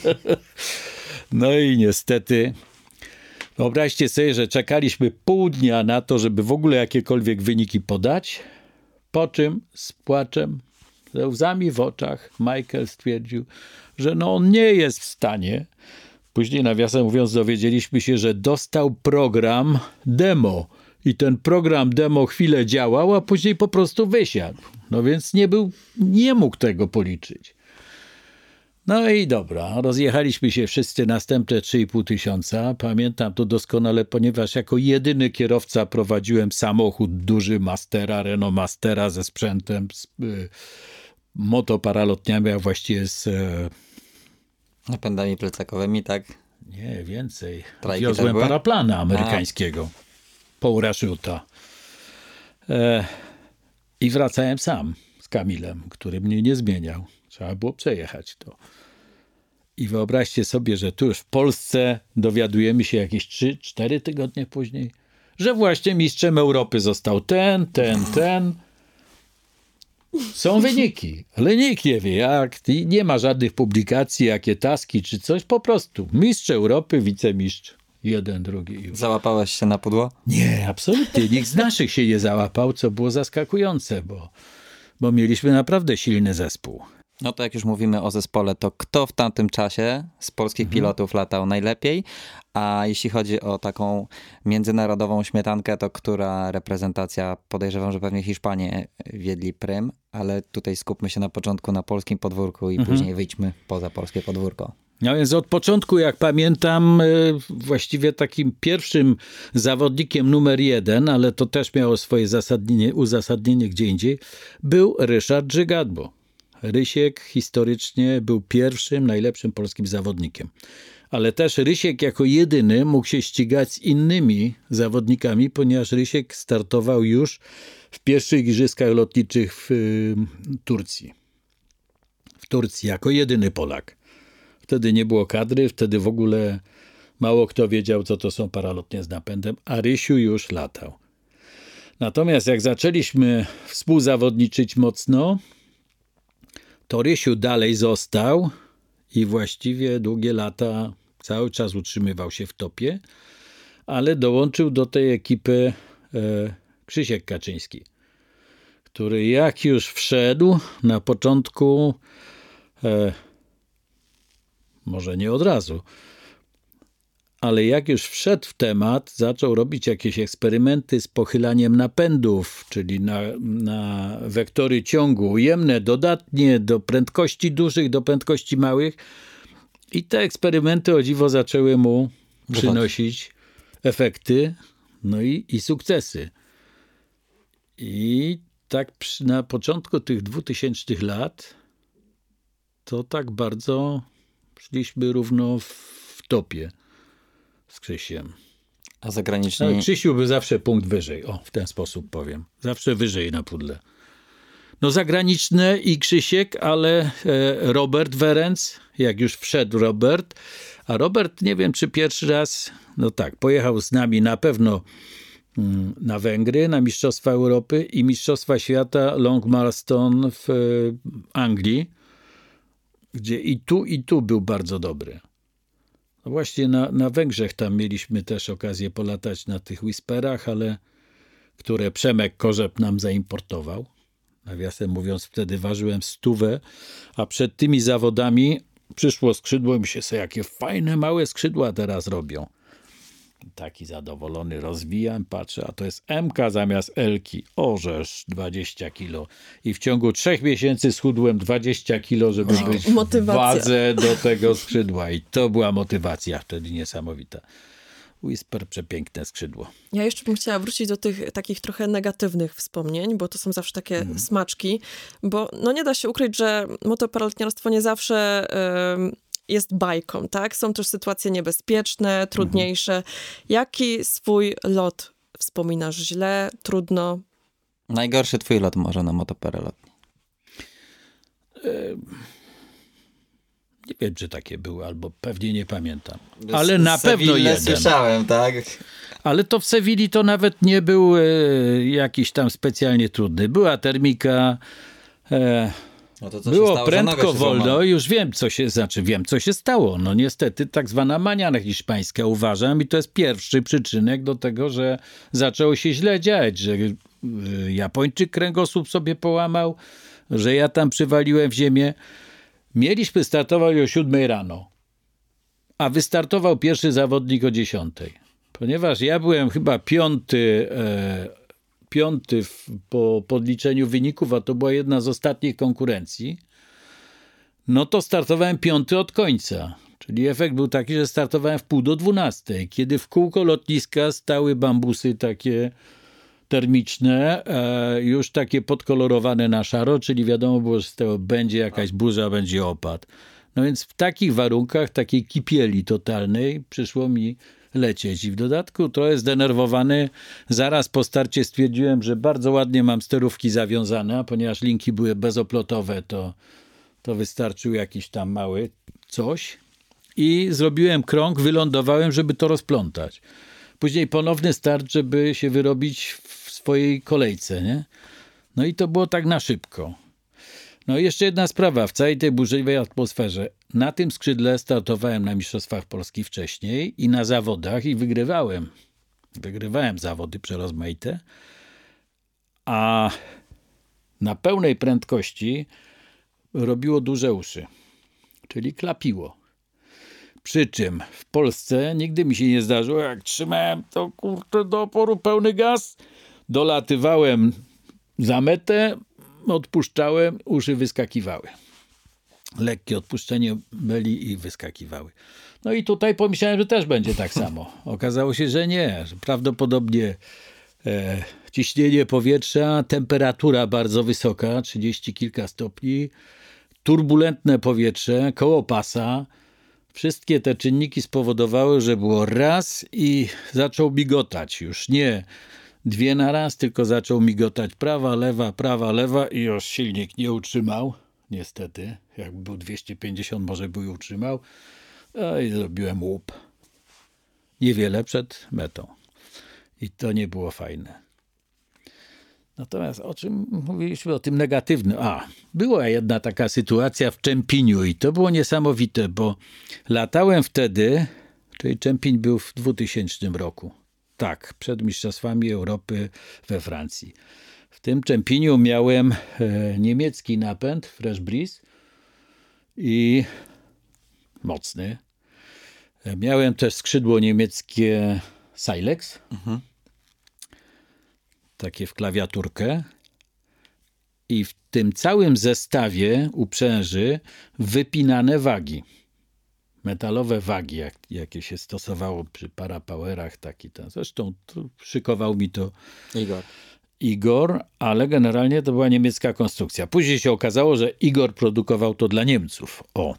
No i niestety, wyobraźcie sobie, że czekaliśmy pół dnia na to, żeby w ogóle jakiekolwiek wyniki podać, po czym z płaczem, ze łzami w oczach Michael stwierdził, że no on nie jest w stanie. Później, nawiasem mówiąc, dowiedzieliśmy się, że dostał program demo i ten program demo chwilę działał, a później po prostu wysiadł. No więc nie był, nie mógł tego policzyć. No i dobra, rozjechaliśmy się wszyscy następne trzy i pół tysiąca. Pamiętam to doskonale, ponieważ jako jedyny kierowca prowadziłem samochód duży Mastera, Renault Mastera ze sprzętem, z y, motoparalotniami, a właściwie z... Y, Napędami plecakowymi, tak? nie, więcej. Trajki Wiozłem też były? paraplana amerykańskiego. Parachute. E, I wracałem sam z Kamilem, który mnie nie zmieniał. Trzeba było przejechać to. I wyobraźcie sobie, że tu już w Polsce dowiadujemy się jakieś trzy cztery tygodnie później, że właśnie mistrzem Europy został ten, ten, ten. Są wyniki, ale nikt nie wie jak. I nie ma żadnych publikacji, jakie taski czy coś. Po prostu mistrz Europy, wicemistrz. Jeden, drugi już. Załapałeś się na pudło? Nie, absolutnie. Nikt z naszych się nie załapał, co było zaskakujące, bo, bo mieliśmy naprawdę silny zespół. No to jak już mówimy o zespole, to kto w tamtym czasie z polskich Mhm. pilotów latał najlepiej? A jeśli chodzi o taką międzynarodową śmietankę, to która reprezentacja, podejrzewam, że pewnie Hiszpanie wiedli prym, ale tutaj skupmy się na początku na polskim podwórku i Mhm. później wyjdźmy poza polskie podwórko. No więc od początku, jak pamiętam, y, właściwie takim pierwszym zawodnikiem numer jeden, ale to też miało swoje zasadnienie, uzasadnienie gdzie indziej, był Ryszard Żygadło. Rysiek historycznie był pierwszym, najlepszym polskim zawodnikiem. Ale też Rysiek jako jedyny mógł się ścigać z innymi zawodnikami, ponieważ Rysiek startował już w pierwszych igrzyskach lotniczych w y, Turcji. W Turcji jako jedyny Polak. Wtedy nie było kadry, wtedy w ogóle mało kto wiedział, co to są paralotnie z napędem, a Rysiu już latał. Natomiast jak zaczęliśmy współzawodniczyć mocno, to Rysiu dalej został i właściwie długie lata cały czas utrzymywał się w topie, ale dołączył do tej ekipy e, Krzysiek Kaczyński, który jak już wszedł na początku, e, może nie od razu, ale jak już wszedł w temat, zaczął robić jakieś eksperymenty z pochylaniem napędów, czyli na, na wektory ciągu ujemne, dodatnie do prędkości dużych, do prędkości małych. I te eksperymenty o dziwo zaczęły mu przynosić efekty, no i, i sukcesy. I tak przy, na początku tych dwutysięcznych lat to tak bardzo szliśmy równo w, w topie z Krzysiem. A zagraniczni... Ale Krzysiu był zawsze punkt wyżej, o, w ten sposób powiem. Zawsze wyżej na pudle. No zagraniczne i Krzysiek, ale e, Robert Werenc, jak już wszedł Robert, a Robert, nie wiem czy pierwszy raz, no tak, pojechał z nami na pewno mm, na Węgry, na Mistrzostwa Europy i Mistrzostwa Świata Long Marston w e, Anglii, gdzie i tu, i tu był bardzo dobry. No właśnie na, na Węgrzech tam mieliśmy też okazję polatać na tych Whisperach, ale które Przemek Korzep nam zaimportował. Nawiasem mówiąc, wtedy ważyłem stówę, a przed tymi zawodami przyszło skrzydło i myślę sobie, jakie fajne, małe skrzydła teraz robią. Taki zadowolony, rozwijam, patrzę, a to jest M K zamiast L-ki. Orzesz, dwadzieścia kilo. I w ciągu trzech miesięcy schudłem dwadzieścia kilo, żeby Tak, być w motywacja. wadze do tego skrzydła. I to była motywacja wtedy niesamowita. Whisper, przepiękne skrzydło. Ja jeszcze bym chciała wrócić do tych takich trochę negatywnych wspomnień, bo to są zawsze takie Mhm. smaczki, bo no nie da się ukryć, że motoparalotniarstwo nie zawsze ym, jest bajką, tak? Są też sytuacje niebezpieczne, trudniejsze. Mhm. Jaki swój lot wspominasz? Źle, trudno? Najgorszy twój lot może na motoparalotni. Nie wiem, czy takie były, albo pewnie nie pamiętam. Ale na Z pewno Seville jeden. Słyszałem, tak? Ale to w Sewilli to nawet nie był e, jakiś tam specjalnie trudny. Była termika, e, No to co się było stało, że noga prędko, się wolno, złamała? już wiem, co się, znaczy wiem, co się stało. No niestety tak zwana mania hiszpańska, uważam, i to jest pierwszy przyczynek do tego, że zaczęło się źle dziać, że y, Japończyk kręgosłup sobie połamał, że ja tam przywaliłem w ziemię. Mieliśmy startować o siódmej rano, a wystartował pierwszy zawodnik o dziesiątej. Ponieważ ja byłem chyba piąty, e, piąty w, po podliczeniu wyników, a to była jedna z ostatnich konkurencji, no to startowałem piąty od końca. Czyli efekt był taki, że startowałem w pół do dwunastej, kiedy w kółko lotniska stały bambusy takie termiczne, e, już takie podkolorowane na szaro, czyli wiadomo było, że z tego będzie jakaś burza, będzie opad. No więc w takich warunkach, takiej kipieli totalnej przyszło mi lecieć. I w dodatku trochę zdenerwowany, zaraz po starcie stwierdziłem, że bardzo ładnie mam sterówki zawiązane, a ponieważ linki były bezoplotowe, to, to wystarczył jakiś tam mały coś. I zrobiłem krąg, wylądowałem, żeby to rozplątać. Później ponowny start, żeby się wyrobić w swojej kolejce, nie? No i to było tak na szybko. No i jeszcze jedna sprawa, w całej tej burzliwej atmosferze. Na tym skrzydle startowałem na Mistrzostwach Polski wcześniej i na zawodach i wygrywałem. Wygrywałem zawody przerozmaite, a na pełnej prędkości robiło duże uszy, czyli klapiło. Przy czym w Polsce nigdy mi się nie zdarzyło, jak trzymałem to kurczę do oporu pełny gaz, dolatywałem za metę, odpuszczałem, uszy wyskakiwały. Lekkie odpuszczenie byli i wyskakiwały. No i tutaj pomyślałem, że też będzie tak samo. Okazało się, że nie. Że prawdopodobnie e, ciśnienie powietrza, temperatura bardzo wysoka, trzydzieści kilka stopni, turbulentne powietrze, koło pasa. Wszystkie te czynniki spowodowały, że było raz i zaczął migotać. Już nie dwie na raz, tylko zaczął migotać prawa, lewa, prawa, lewa i już silnik nie utrzymał. Niestety, jakby był dwieście pięćdziesiąt, może by utrzymał. No i zrobiłem łup. Niewiele przed metą. I to nie było fajne. Natomiast o czym mówiliśmy? O tym negatywnym. A, była jedna taka sytuacja w Czempiniu i to było niesamowite, bo latałem wtedy, czyli Czempin był w dwutysięcznym roku. Tak, przed Mistrzostwami Europy we Francji. W tym Czempiniu miałem e, niemiecki napęd, Fresh Breeze i mocny. E, miałem też skrzydło niemieckie Silex. Mhm. Takie w klawiaturkę i w tym całym zestawie uprzęży wypinane wagi. Metalowe wagi, jak, jakie się stosowało przy parapowerach. Taki ten. Zresztą szykował mi to Igor. Igor, ale generalnie to była niemiecka konstrukcja. Później się okazało, że Igor produkował to dla Niemców. O.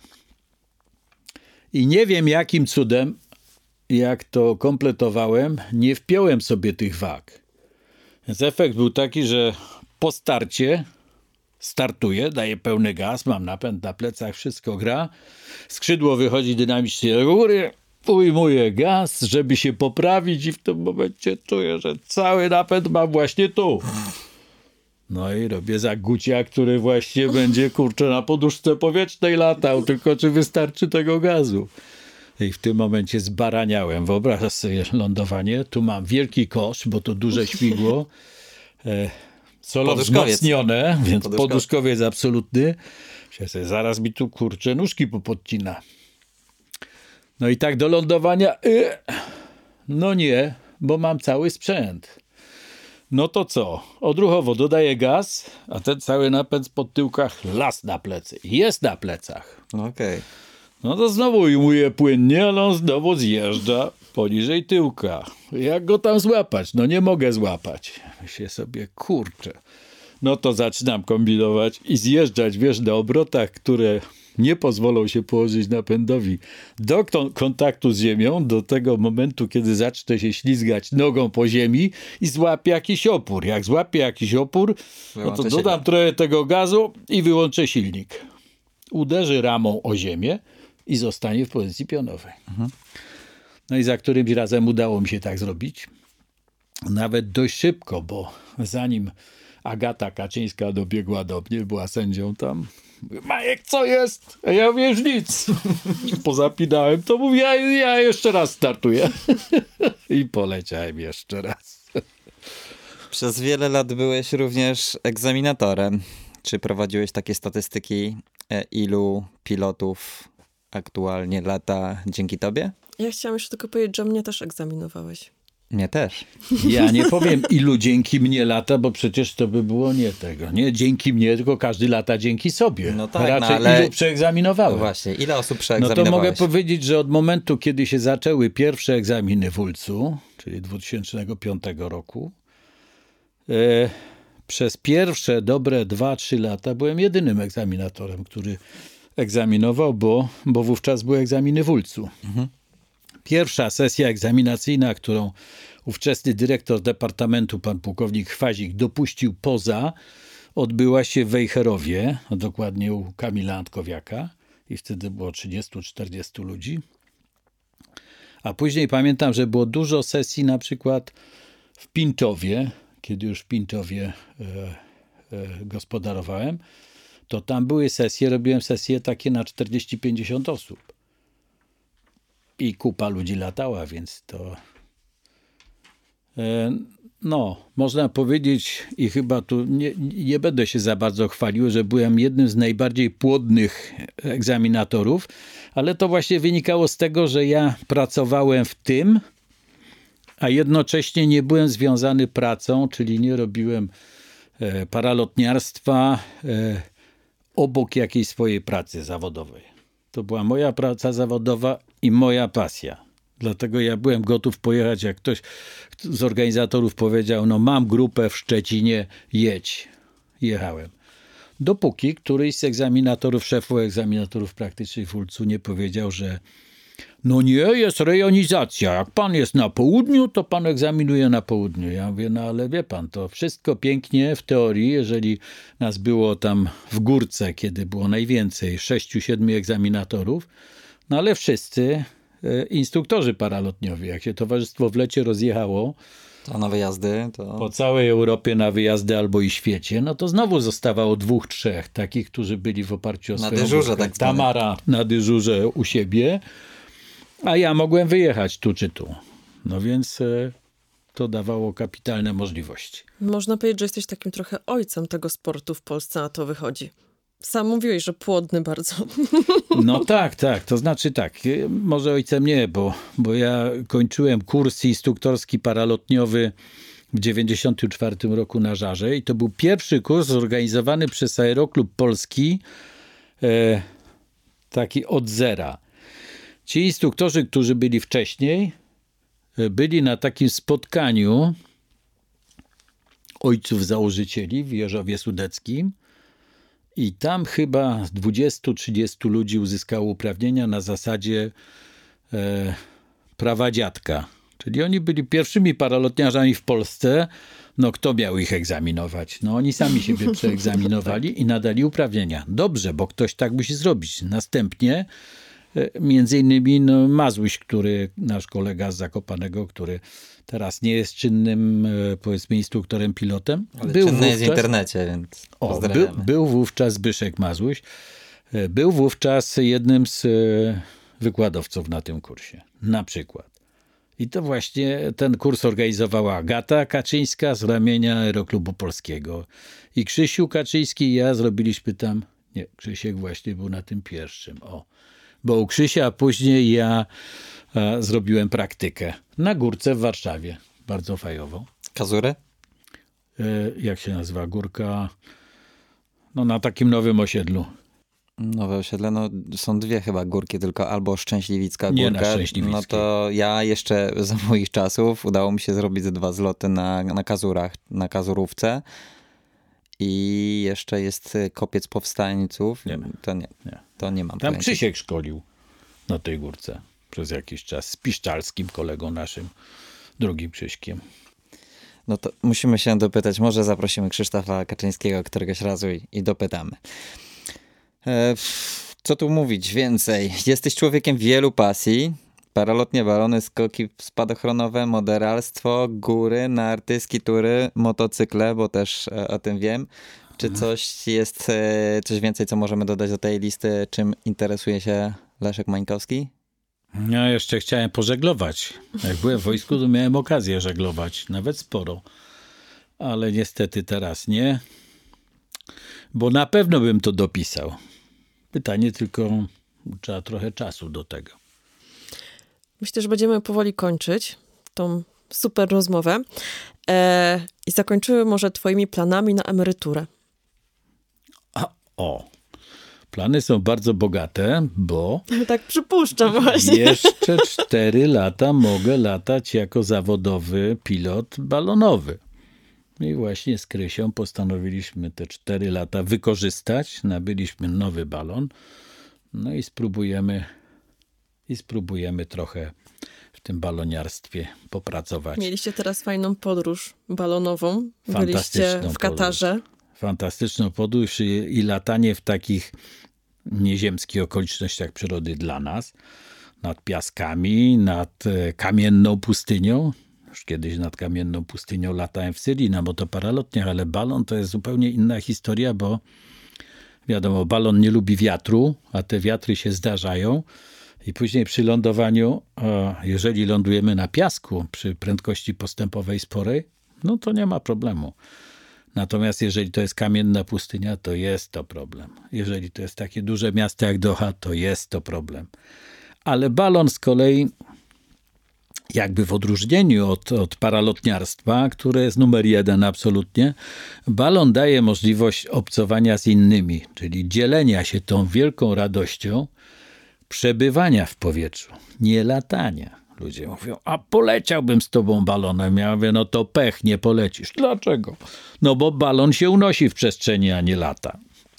I nie wiem jakim cudem, jak to kompletowałem, nie wpiąłem sobie tych wag. Więc efekt był taki, że po starcie startuję, daję pełny gaz, mam napęd na plecach, wszystko gra. Skrzydło wychodzi dynamicznie do góry, ujmuję gaz, żeby się poprawić i w tym momencie czuję, że cały napęd mam właśnie tu. No i robię zagucia, który właśnie będzie, kurczę, na poduszce powietrznej latał, tylko czy wystarczy tego gazu. I w tym momencie zbaraniałem. Wyobrażasz sobie lądowanie. Tu mam wielki kosz, bo to duże śmigło. E, solo wzmocnione, więc Poduszkowiec. poduszkowiec absolutny. Sobie, zaraz mi tu, kurczę, nóżki popodcina. No i tak do lądowania. Y, No nie, bo mam cały sprzęt. No to co? Odruchowo dodaję gaz, a ten cały napęd pod tyłkach las na plecy. Jest na plecach. Okej. Okay. No to znowu ujmuję płynnie, ale on znowu zjeżdża poniżej tyłka. Jak go tam złapać? No nie mogę złapać. Myślę sobie, kurczę. No to zaczynam kombinować i zjeżdżać, wiesz, na obrotach, które nie pozwolą się położyć napędowi do kontaktu z ziemią, do tego momentu, kiedy zacznę się ślizgać nogą po ziemi i złapię jakiś opór. Jak złapię jakiś opór, no to dodam trochę tego gazu i wyłączę silnik. Uderzy ramą o ziemię i zostanie w pozycji pionowej. Mhm. No i za którymś razem udało mi się tak zrobić. Nawet dość szybko, bo zanim Agata Kaczyńska dobiegła do mnie, była sędzią tam. Majek, co jest? A ja mówię, już nic. Pozapinałem to, mówię, ja, ja jeszcze raz startuję. I poleciałem jeszcze raz. Przez wiele lat byłeś również egzaminatorem. Czy prowadziłeś takie statystyki, ilu pilotów aktualnie lata dzięki tobie? Ja chciałam jeszcze tylko powiedzieć, że mnie też egzaminowałeś. Mnie też. Ja nie powiem, ilu dzięki mnie lata, bo przecież to by było nie tego. Nie dzięki mnie, tylko każdy lata dzięki sobie. No tak, raczej no, ale... ilu przeegzaminowałem. No właśnie, ile osób przeegzaminowałeś? No to mogę powiedzieć, że od momentu, kiedy się zaczęły pierwsze egzaminy w Ulcu, czyli dwa tysiące piątego roku, e, przez pierwsze dobre dwa trzy lata byłem jedynym egzaminatorem, który egzaminował, bo, bo wówczas były egzaminy w Ulcu. Mhm. Pierwsza sesja egzaminacyjna, którą ówczesny dyrektor departamentu, pan pułkownik Chwazik, dopuścił poza, odbyła się w Wejherowie, a dokładnie u Kamila Antkowiaka i wtedy było trzydziestu czterdziestu ludzi. A później pamiętam, że było dużo sesji na przykład w Pińczowie, kiedy już w Pińczowie e, e, gospodarowałem, to tam były sesje, robiłem sesje takie na czterdzieści pięćdziesiąt osób. I kupa ludzi latała, więc to no, można powiedzieć i chyba tu nie, nie będę się za bardzo chwalił, że byłem jednym z najbardziej płodnych egzaminatorów, ale to właśnie wynikało z tego, że ja pracowałem w tym, a jednocześnie nie byłem związany pracą, czyli nie robiłem paralotniarstwa obok jakiejś swojej pracy zawodowej. To była moja praca zawodowa i moja pasja. Dlatego ja byłem gotów pojechać, jak ktoś z organizatorów powiedział, no mam grupę w Szczecinie, jedź. Jechałem. Dopóki któryś z egzaminatorów, szefów egzaminatorów praktycznych w Ulcu nie powiedział, że no nie, jest rejonizacja. Jak pan jest na południu, to pan egzaminuje na południu. Ja mówię, no ale wie pan, to wszystko pięknie w teorii, jeżeli nas było tam w górce, kiedy było najwięcej, sześciu, siedmiu egzaminatorów, no ale wszyscy e, instruktorzy paralotniowi, jak się towarzystwo w lecie rozjechało, to na wyjazdy, to... po całej Europie na wyjazdy albo i świecie, no to znowu zostawało dwóch, trzech takich, którzy byli w oparciu o na swoją dyżurze, górkę. tak Tamara na dyżurze u siebie, a ja mogłem wyjechać tu czy tu. No więc e, to dawało kapitalne możliwości. Można powiedzieć, że jesteś takim trochę ojcem tego sportu w Polsce, a to wychodzi. Sam mówiłeś, że płodny bardzo. No tak, tak. To znaczy tak, może ojcem nie, bo, bo ja kończyłem kurs instruktorski paralotniowy w dziewięćdziesiątym czwartym roku na Żarze i to był pierwszy kurs zorganizowany przez Aeroklub Polski, e, taki od zera. Ci instruktorzy, którzy byli wcześniej, byli na takim spotkaniu ojców założycieli w Jeżowie Sudeckim i tam chyba dwudziestu trzydziestu ludzi uzyskało uprawnienia na zasadzie e, prawa dziadka. Czyli oni byli pierwszymi paralotniarzami w Polsce. No kto miał ich egzaminować? No oni sami siebie przeegzaminowali i nadali uprawnienia. Dobrze, bo ktoś tak musi zrobić. Następnie między innymi no, Mazuś, który, nasz kolega z Zakopanego, który teraz nie jest czynnym, powiedzmy, instruktorem, pilotem. Ale był czynny wówczas, jest w internecie, więc pozdrawiamy. O, był, był wówczas Zbyszek Mazuś. Był wówczas jednym z wykładowców na tym kursie. Na przykład. I to właśnie ten kurs organizowała Agata Kaczyńska z ramienia Aeroklubu Polskiego. I Krzysiu Kaczyński i ja zrobiliśmy tam... Nie, Krzysiek właśnie był na tym pierwszym. O. Bo u Krzysia, a później ja e, zrobiłem praktykę na górce w Warszawie, bardzo fajową. Kazury? E, jak się nazywa górka? No na takim nowym osiedlu. Nowe osiedle, no są dwie chyba górki tylko, albo Szczęśliwicka górka. Nie na Szczęśliwickiej. No to ja jeszcze za moich czasów udało mi się zrobić ze dwa zloty na, na Kazurach, na Kazurówce. I jeszcze jest kopiec powstańców. Nie. To nie, Nie. to nie mam Tam pojęcia. Krzysiek szkolił na tej górce przez jakiś czas z Piszczalskim, kolegą naszym, drugim Krzyśkiem. No to musimy się dopytać. Może zaprosimy Krzysztofa Kaczyńskiego któregoś razu i, i dopytamy. E, co tu mówić więcej? Jesteś człowiekiem wielu pasji. Paralotnie, balony, skoki spadochronowe, moderalstwo, góry, narty, tury, motocykle, bo też e, o tym wiem. Czy coś jest, e, coś więcej, co możemy dodać do tej listy, czym interesuje się Leszek Mańkowski? Ja jeszcze chciałem pożeglować. Jak byłem w wojsku, to miałem okazję żeglować, nawet sporo. Ale niestety teraz nie, bo na pewno bym to dopisał. Pytanie tylko, trzeba trochę czasu do tego. Myślę, że będziemy powoli kończyć tą super rozmowę e, i zakończymy może twoimi planami na emeryturę. A, o, plany są bardzo bogate, bo Tak przypuszczam właśnie. jeszcze cztery lata mogę latać jako zawodowy pilot balonowy. I właśnie z Krysią postanowiliśmy te cztery lata wykorzystać. Nabyliśmy nowy balon. No i spróbujemy, i spróbujemy trochę w tym baloniarstwie popracować. Mieliście teraz fajną podróż balonową. Byliście Fantastyczną w Katarze. Fantastyczną podróż i, i latanie w takich nieziemskich okolicznościach przyrody dla nas. Nad piaskami, nad e, kamienną pustynią. Już kiedyś nad kamienną pustynią latałem w Syrii na motoparalotniach, ale balon to jest zupełnie inna historia, bo wiadomo, balon nie lubi wiatru, a te wiatry się zdarzają. I później przy lądowaniu, jeżeli lądujemy na piasku przy prędkości postępowej sporej, no to nie ma problemu. Natomiast jeżeli to jest kamienna pustynia, to jest to problem. Jeżeli to jest takie duże miasto jak Doha, to jest to problem. Ale balon z kolei, jakby w odróżnieniu od, od paralotniarstwa, które jest numer jeden absolutnie, balon daje możliwość obcowania z innymi, czyli dzielenia się tą wielką radością przebywania w powietrzu, nie latania. Ludzie mówią, a poleciałbym z tobą balonem. Ja mówię, no to pech, nie polecisz. Dlaczego? No bo balon się unosi w przestrzeni, a nie lata.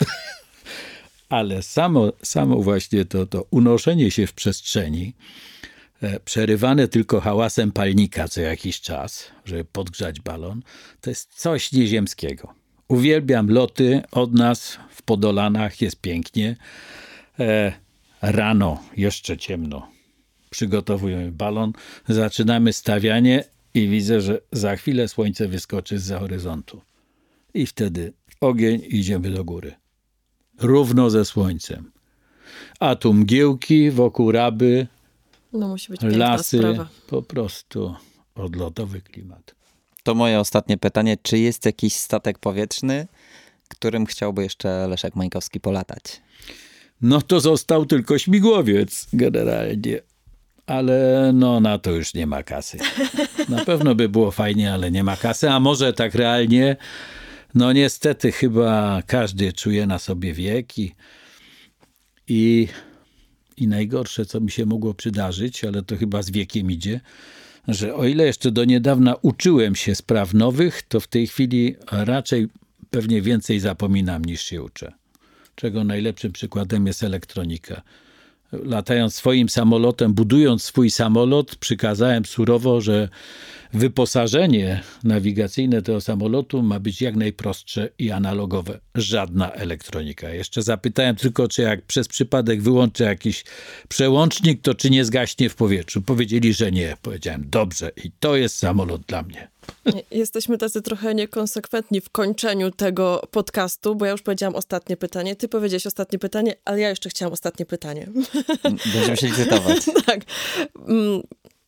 Ale samo, samo właśnie to, to unoszenie się w przestrzeni, e, przerywane tylko hałasem palnika co jakiś czas, żeby podgrzać balon, to jest coś nieziemskiego. Uwielbiam loty od nas w Podolanach, jest pięknie. E, rano, jeszcze ciemno, przygotowujemy balon, zaczynamy stawianie i widzę, że za chwilę słońce wyskoczy zza horyzontu. I wtedy ogień, idziemy do góry. Równo ze słońcem. A tu mgiełki wokół Raby, No musi być piękna lasy, sprawa. po prostu odlotowy klimat. To moje ostatnie pytanie. Czy jest jakiś statek powietrzny, którym chciałby jeszcze Leszek Mańkowski polatać? No to został tylko śmigłowiec generalnie. Ale no na to już nie ma kasy. Na pewno by było fajnie, ale nie ma kasy. A może tak realnie, no niestety chyba każdy czuje na sobie wiek i, i, i najgorsze, co mi się mogło przydarzyć, ale to chyba z wiekiem idzie, że o ile jeszcze do niedawna uczyłem się spraw nowych, to w tej chwili raczej pewnie więcej zapominam niż się uczę. Czego najlepszym przykładem jest elektronika. Latając swoim samolotem, budując swój samolot, przykazałem surowo, że wyposażenie nawigacyjne tego samolotu ma być jak najprostsze i analogowe. Żadna elektronika. Jeszcze zapytałem tylko, czy jak przez przypadek wyłączę jakiś przełącznik, to czy nie zgaśnie w powietrzu. Powiedzieli, że nie. Powiedziałem, dobrze, i to jest samolot dla mnie. Jesteśmy tacy trochę niekonsekwentni w kończeniu tego podcastu, bo ja już powiedziałam ostatnie pytanie, ty powiedziałeś ostatnie pytanie, ale ja jeszcze chciałam ostatnie pytanie. Będziemy się licytować. Tak.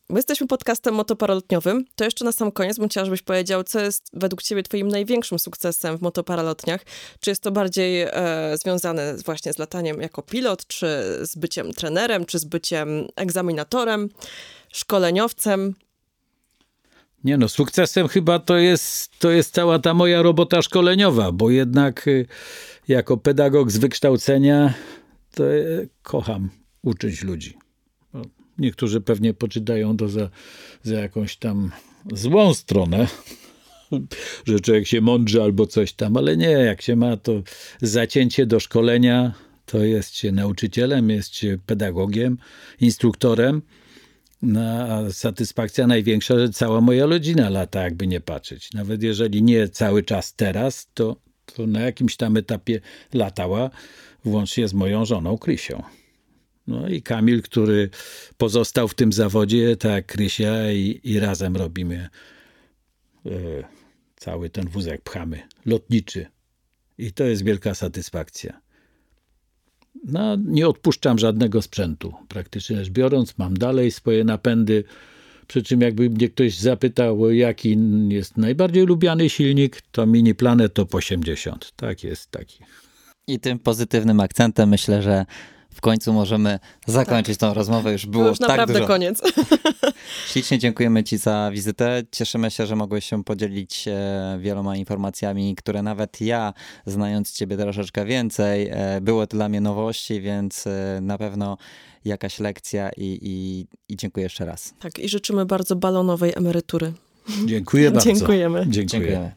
My jesteśmy podcastem motoparalotniowym. To jeszcze na sam koniec bym chciała, żebyś powiedział, co jest według ciebie twoim największym sukcesem w motoparalotniach. Czy jest to bardziej e, związane właśnie z lataniem jako pilot, czy z byciem trenerem, czy z byciem egzaminatorem, szkoleniowcem? Nie no, sukcesem chyba to jest, to jest cała ta moja robota szkoleniowa, bo jednak y, jako pedagog z wykształcenia to y, kocham uczyć ludzi. Bo niektórzy pewnie poczytają to za, za jakąś tam złą stronę, że człowiek się mądrzy albo coś tam, ale nie, jak się ma to zacięcie do szkolenia, to jest się nauczycielem, jest się pedagogiem, instruktorem. No, a satysfakcja największa, że cała moja rodzina lata, jakby nie patrzeć. Nawet jeżeli nie cały czas teraz, to, to na jakimś tam etapie latała, włącznie z moją żoną Krysią. No i Kamil, który pozostał w tym zawodzie, tak jak Krysia, i, i razem robimy e, cały ten wózek, pchamy, lotniczy. I to jest wielka satysfakcja. No, nie odpuszczam żadnego sprzętu, praktycznie rzecz biorąc. Mam dalej swoje napędy, przy czym jakby mnie ktoś zapytał, jaki jest najbardziej lubiany silnik, to Mini Planet Top osiemdziesiąt. Tak jest, taki. I tym pozytywnym akcentem myślę, że w końcu możemy zakończyć tą rozmowę. Już było To już tak naprawdę dużo. koniec. Ślicznie dziękujemy ci za wizytę. Cieszymy się, że mogłeś się podzielić e, wieloma informacjami, które nawet ja, znając ciebie troszeczkę więcej, e, było to dla mnie nowości, więc e, na pewno jakaś lekcja i, i, i dziękuję jeszcze raz. Tak, i życzymy bardzo balonowej emerytury. Dziękuję bardzo. Dziękujemy. Dziękuję. Dziękujemy.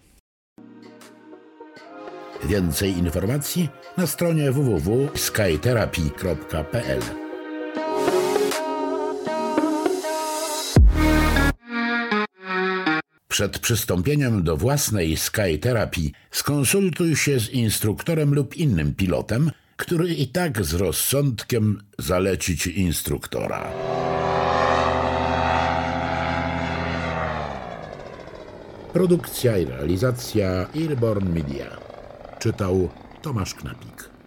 Więcej informacji na stronie w w w kropka skytherapy kropka p l. Przed przystąpieniem do własnej Skytherapy skonsultuj się z instruktorem lub innym pilotem, który i tak z rozsądkiem zaleci ci instruktora. Produkcja i realizacja Airborne Media. Czytał Tomasz Knapik.